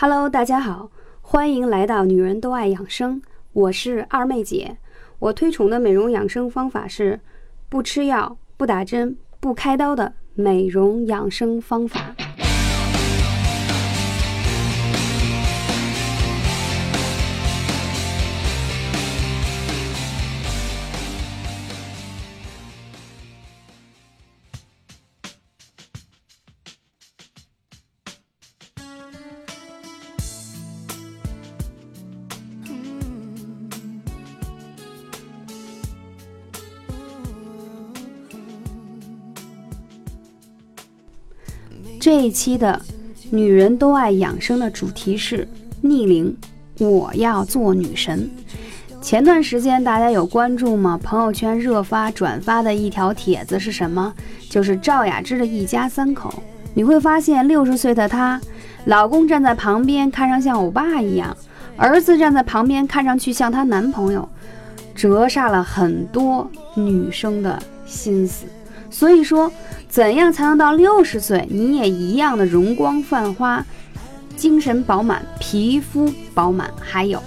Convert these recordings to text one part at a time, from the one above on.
Hello， 大家好，欢迎来到女人都爱养生，我是二妹姐。我推崇的美容养生方法是不吃药、不打针、不开刀的美容养生方法。这一期的女人都爱养生的主题是逆龄，我要做女神。前段时间大家有关注吗？朋友圈热发转发的一条帖子是什么？就是赵雅芝的一家三口。你会发现60岁的她，老公站在旁边看上像欧巴一样，儿子站在旁边看上去像她男朋友，折煞了很多女生的心思。所以说怎样才能到60岁你也一样的容光焕发，精神饱满，皮肤饱满，还有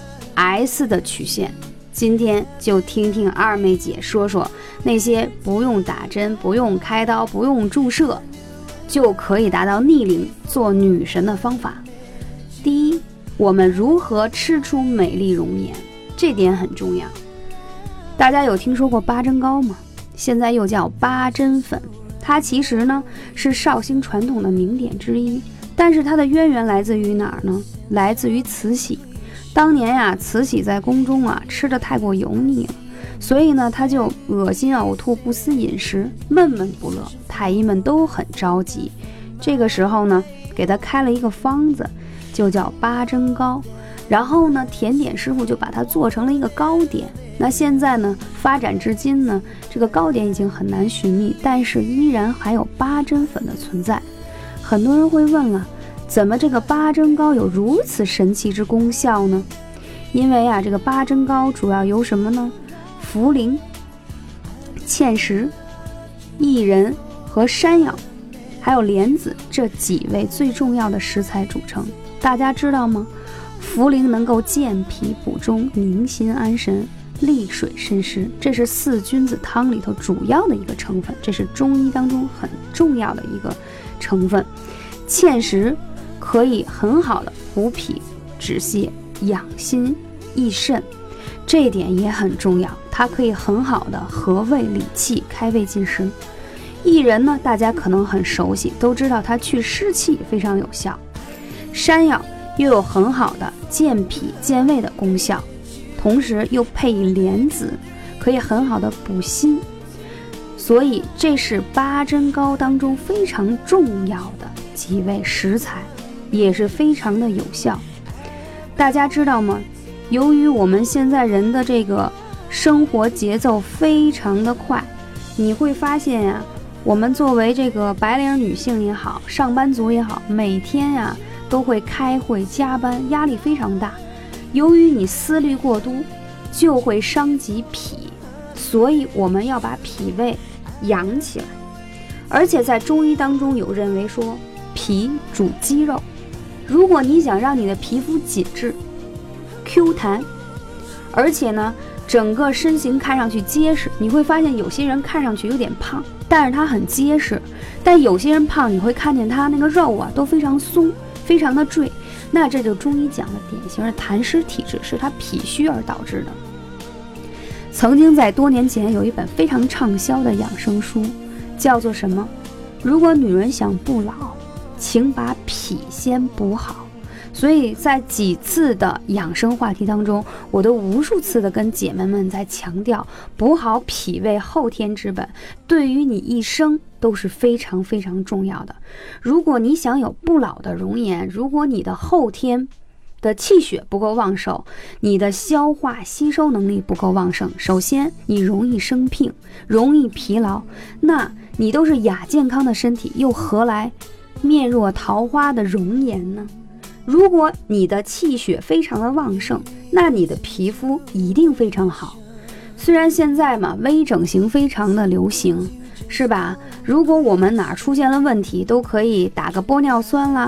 S 的曲线？今天就听听二妹姐说说那些不用打针、不用开刀、不用注射就可以达到逆龄做女神的方法。第一，我们如何吃出美丽容颜，这点很重要。大家有听说过八珍糕吗？现在又叫八珍粉，它其实呢是绍兴传统的名点之一，但是它的渊源来自于哪儿呢？来自于慈禧。当年呀，慈禧在宫中啊吃的太过油腻了，所以呢她就恶心呕吐，不思饮食，闷闷不乐，太医们都很着急。这个时候呢，给她开了一个方子，就叫八珍糕。然后呢，甜点师傅就把它做成了一个糕点。那现在呢，发展至今呢，这个糕点已经很难寻觅，但是依然还有八珍粉的存在。很多人会问了，怎么这个八珍糕有如此神奇之功效呢？因为啊，这个八珍糕主要由什么呢？茯苓、芡实、薏仁和山药，还有莲子这几味最重要的食材组成。大家知道吗？茯苓能够健脾补中、宁心安神、利水渗湿，这是四君子汤里头主要的一个成分，这是中医当中很重要的一个成分。芡实可以很好的补脾止泻、养心益肾，这一点也很重要，它可以很好的和胃理气、开胃进食。薏仁呢，大家可能很熟悉，都知道它去湿气非常有效。山药又有很好的健脾健胃的功效，同时又配以莲子，可以很好的补心，所以这是八珍糕当中非常重要的几味食材，也是非常的有效。大家知道吗？由于我们现在人的这个生活节奏非常的快，你会发现呀，我们作为这个白领女性也好，上班族也好，每天呀都会开会加班，压力非常大。由于你思虑过度，就会伤及脾，所以我们要把脾胃养起来。而且在中医当中有认为说，脾主肌肉，如果你想让你的皮肤紧致、Q 弹，而且呢整个身形看上去结实，你会发现有些人看上去有点胖，但是他很结实，但有些人胖，你会看见他那个肉啊都非常松，非常的坠，那这就中医讲的典型的痰湿体质，是他脾虚而导致的。曾经在多年前有一本非常畅销的养生书，叫做什么？如果女人想不老，请把脾先补好。所以在几次的养生话题当中，我都无数次的跟姐妹们在强调，补好脾胃后天之本，对于你一生都是非常非常重要的。如果你想有不老的容颜，如果你的后天的气血不够旺盛，你的消化吸收能力不够旺盛，首先你容易生病，容易疲劳，那你都是亚健康的身体，又何来面若桃花的容颜呢？如果你的气血非常的旺盛，那你的皮肤一定非常好。虽然现在嘛，微整形非常的流行，是吧？如果我们哪出现了问题，都可以打个玻尿酸啦，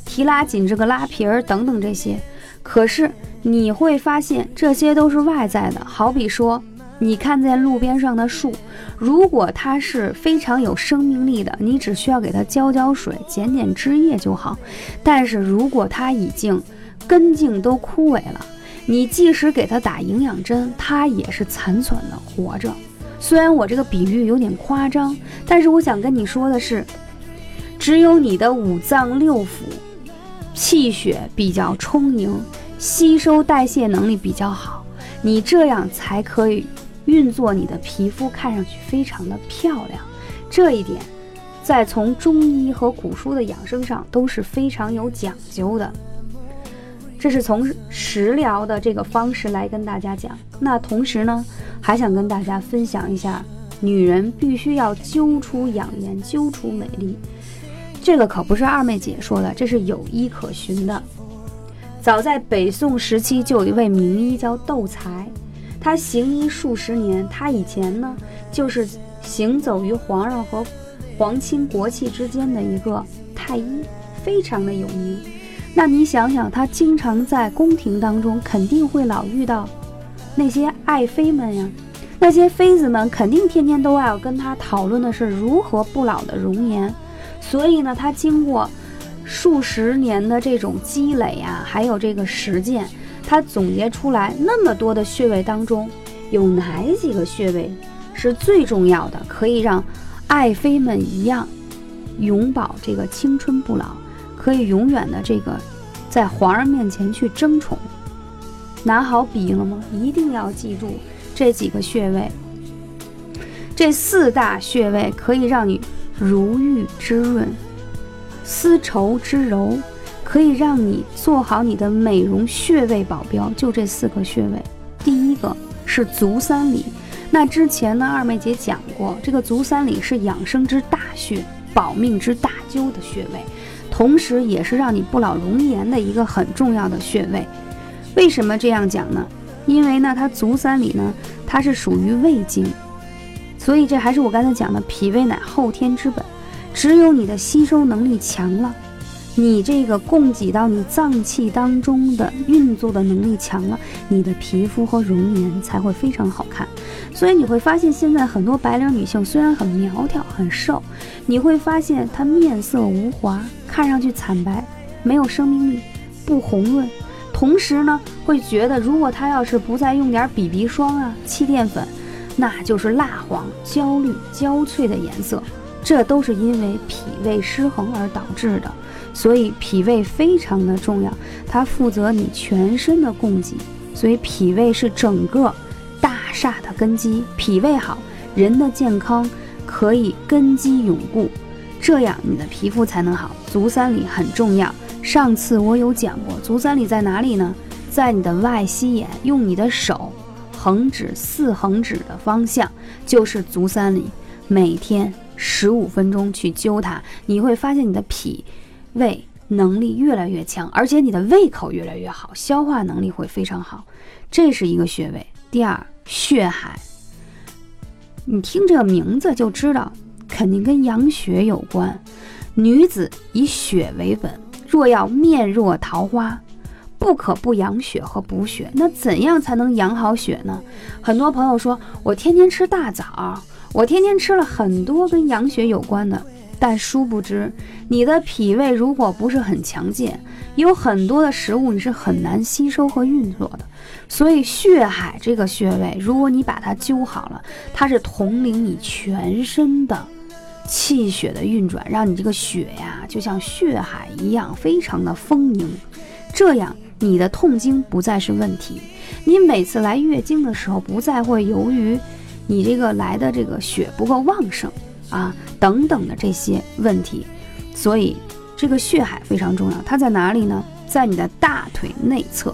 提拉紧这个拉皮儿等等这些。可是你会发现这些都是外在的，好比说你看见路边上的树，如果它是非常有生命力的，你只需要给它浇水，剪剪枝叶就好。但是如果它已经根茎都枯萎了，你即使给它打营养针，它也是残存的活着。虽然我这个比喻有点夸张，但是我想跟你说的是，只有你的五脏六腑气血比较充盈，吸收代谢能力比较好，你这样才可以运作你的皮肤，看上去非常的漂亮。这一点在从中医和古书的养生上都是非常有讲究的。这是从食疗的这个方式来跟大家讲。那同时呢，还想跟大家分享一下，女人必须要揪出养颜，揪出美丽。这个可不是二妹姐说的，这是有依可循的。早在北宋时期就有一位名医叫窦才，他行医数十年，他以前呢就是行走于皇上和皇亲国戚之间的一个太医，非常的有名。那你想想，他经常在宫廷当中肯定会老遇到那些爱妃们呀，那些妃子们肯定天天都要跟他讨论的是如何不老的容颜。所以呢，他经过数十年的这种积累啊，还有这个实践，他总结出来那么多的穴位当中，有哪几个穴位是最重要的，可以让爱妃们一样永葆这个青春不老，可以永远的这个在皇上面前去争宠。拿好笔了吗？一定要记住这几个穴位。这4大穴位可以让你如玉之润，丝绸之柔，可以让你做好你的美容穴位保镖。就这4个穴位。第一个是足三里。那之前呢，二妹姐讲过，这个足三里是养生之大穴，保命之大灸的穴位，同时也是让你不老容颜的一个很重要的穴位。为什么这样讲呢？因为呢，它足三里呢，它是属于胃经，所以这还是我刚才讲的，脾胃乃后天之本。只有你的吸收能力强了，你这个供给到你脏器当中的运作的能力强了，你的皮肤和容颜才会非常好看。所以你会发现现在很多白领女性虽然很苗条很瘦，你会发现她面色无华，看上去惨白，没有生命力，不红润。同时呢，会觉得如果她要是不再用点 BB 霜啊、气垫粉，那就是蜡黄、焦绿、焦脆的颜色。这都是因为脾胃失衡而导致的。所以脾胃非常的重要，它负责你全身的供给，所以脾胃是整个大厦的根基。脾胃好，人的健康可以根基永固，这样你的皮肤才能好。足三里很重要，上次我有讲过，足三里在哪里呢？在你的外膝眼，用你的手横指4横指的方向就是足三里，每天15分钟去灸它，你会发现你的脾胃能力越来越强，而且你的胃口越来越好，消化能力会非常好。这是一个穴位。第二，血海，你听这个名字就知道肯定跟养血有关。女子以血为本，若要面若桃花，不可不养血和补血。那怎样才能养好血呢？很多朋友说，我天天吃大枣，我天天吃了很多跟养血有关的，但殊不知你的脾胃如果不是很强健，有很多的食物你是很难吸收和运作的。所以血海这个穴位，如果你把它灸好了，它是统领你全身的气血的运转，让你这个血呀就像血海一样非常的丰盈，这样你的痛经不再是问题，你每次来月经的时候不再会由于你这个来的这个血不够旺盛啊等等的这些问题。所以这个血海非常重要，它在哪里呢？在你的大腿内侧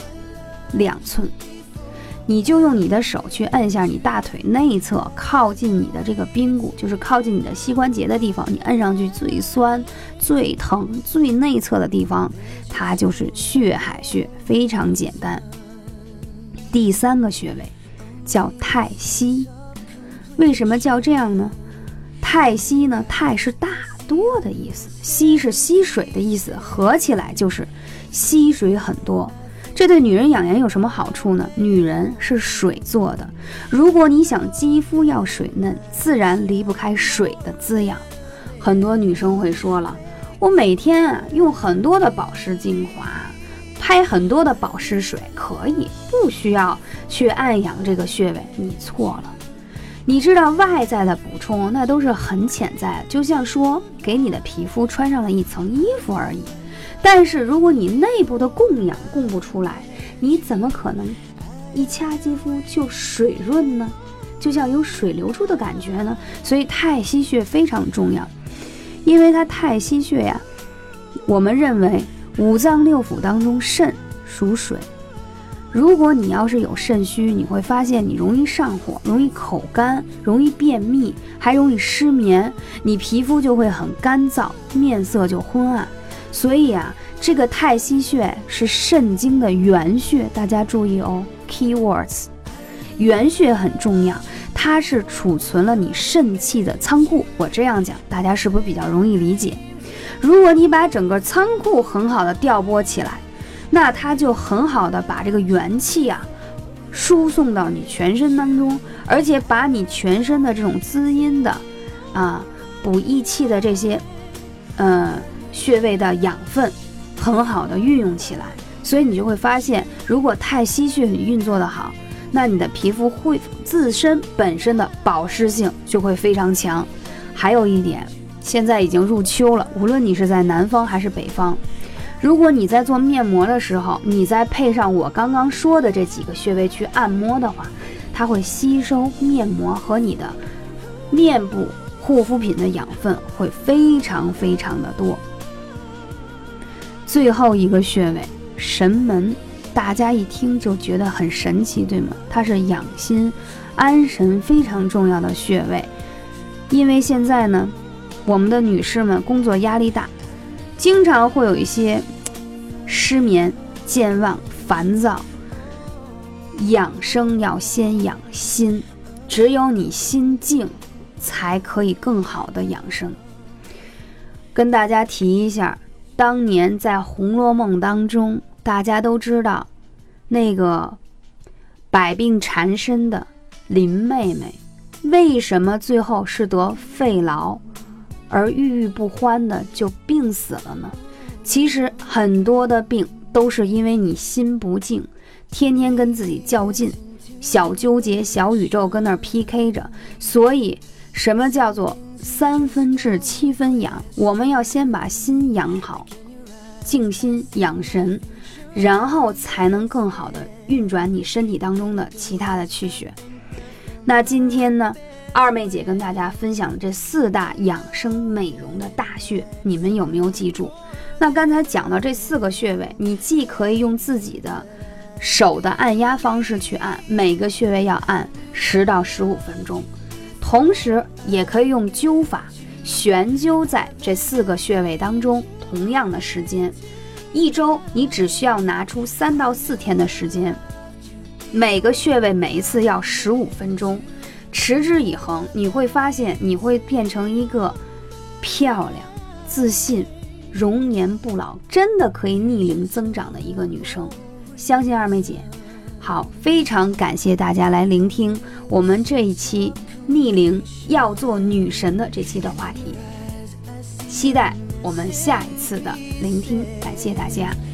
2寸，你就用你的手去按下你大腿内侧靠近你的这个髌骨，就是靠近你的膝关节的地方，你按上去最酸最疼最内侧的地方，它就是血海穴，非常简单。第3个穴位叫太溪。为什么叫这样呢？太溪呢，太是大多的意思，吸是吸水的意思，合起来就是吸水很多。这对女人养颜有什么好处呢？女人是水做的，如果你想肌肤要水嫩，自然离不开水的滋养。很多女生会说了，我每天用很多的保湿精华，拍很多的保湿水，可以不需要去按养这个穴位。你错了，你知道外在的补充那都是很潜在的，就像说给你的皮肤穿上了一层衣服而已。但是如果你内部的供氧供不出来，你怎么可能一掐肌肤就水润呢？就像有水流出的感觉呢？所以太溪穴非常重要，因为它太溪穴呀，我们认为五脏六腑当中肾属水，如果你要是有肾虚，你会发现你容易上火，容易口干，容易便秘，还容易失眠，你皮肤就会很干燥，面色就昏暗。所以啊，这个太溪穴是肾经的原穴，大家注意哦 ，keywords， 原穴很重要，它是储存了你肾气的仓库。我这样讲，大家是不是比较容易理解？如果你把整个仓库很好的调拨起来，那它就很好的把这个元气啊输送到你全身当中，而且把你全身的这种滋阴的补益气的这些穴位的养分很好的运用起来。所以你就会发现，如果太溪穴你运作的好，那你的皮肤会自身本身的保湿性就会非常强。还有一点，现在已经入秋了，无论你是在南方还是北方，如果你在做面膜的时候，你再配上我刚刚说的这几个穴位去按摩的话，它会吸收面膜和你的面部护肤品的养分，会非常非常的多。最后一个穴位神门，大家一听就觉得很神奇，对吗？它是养心安神非常重要的穴位。因为现在呢，我们的女士们工作压力大，经常会有一些失眠、健忘、烦躁。养生要先养心，只有你心静，才可以更好的养生。跟大家提一下，当年在《红楼梦》当中，大家都知道那个百病缠身的林妹妹，为什么最后是得肺痨而郁郁不欢的就病死了呢？其实很多的病都是因为你心不静，天天跟自己较劲，小纠结小宇宙跟那儿 PK 着。所以什么叫做3分治7分养？我们要先把心养好，静心养神，然后才能更好的运转你身体当中的其他的气血。那今天呢，二妹姐跟大家分享这4大养生美容的大穴，你们有没有记住？那刚才讲到这4个穴位，你既可以用自己的手的按压方式去按，每个穴位要按10到15分钟，同时也可以用灸法悬灸在这4个穴位当中，同样的时间，1周你只需要拿出3到4天的时间，每个穴位每一次要15分钟，持之以恒，你会发现你会变成一个漂亮、自信、容颜不老，真的可以逆龄增长的一个女生。相信二妹姐。好，非常感谢大家来聆听我们这一期逆龄要做女神的这期的话题，期待我们下一次的聆听，感谢大家。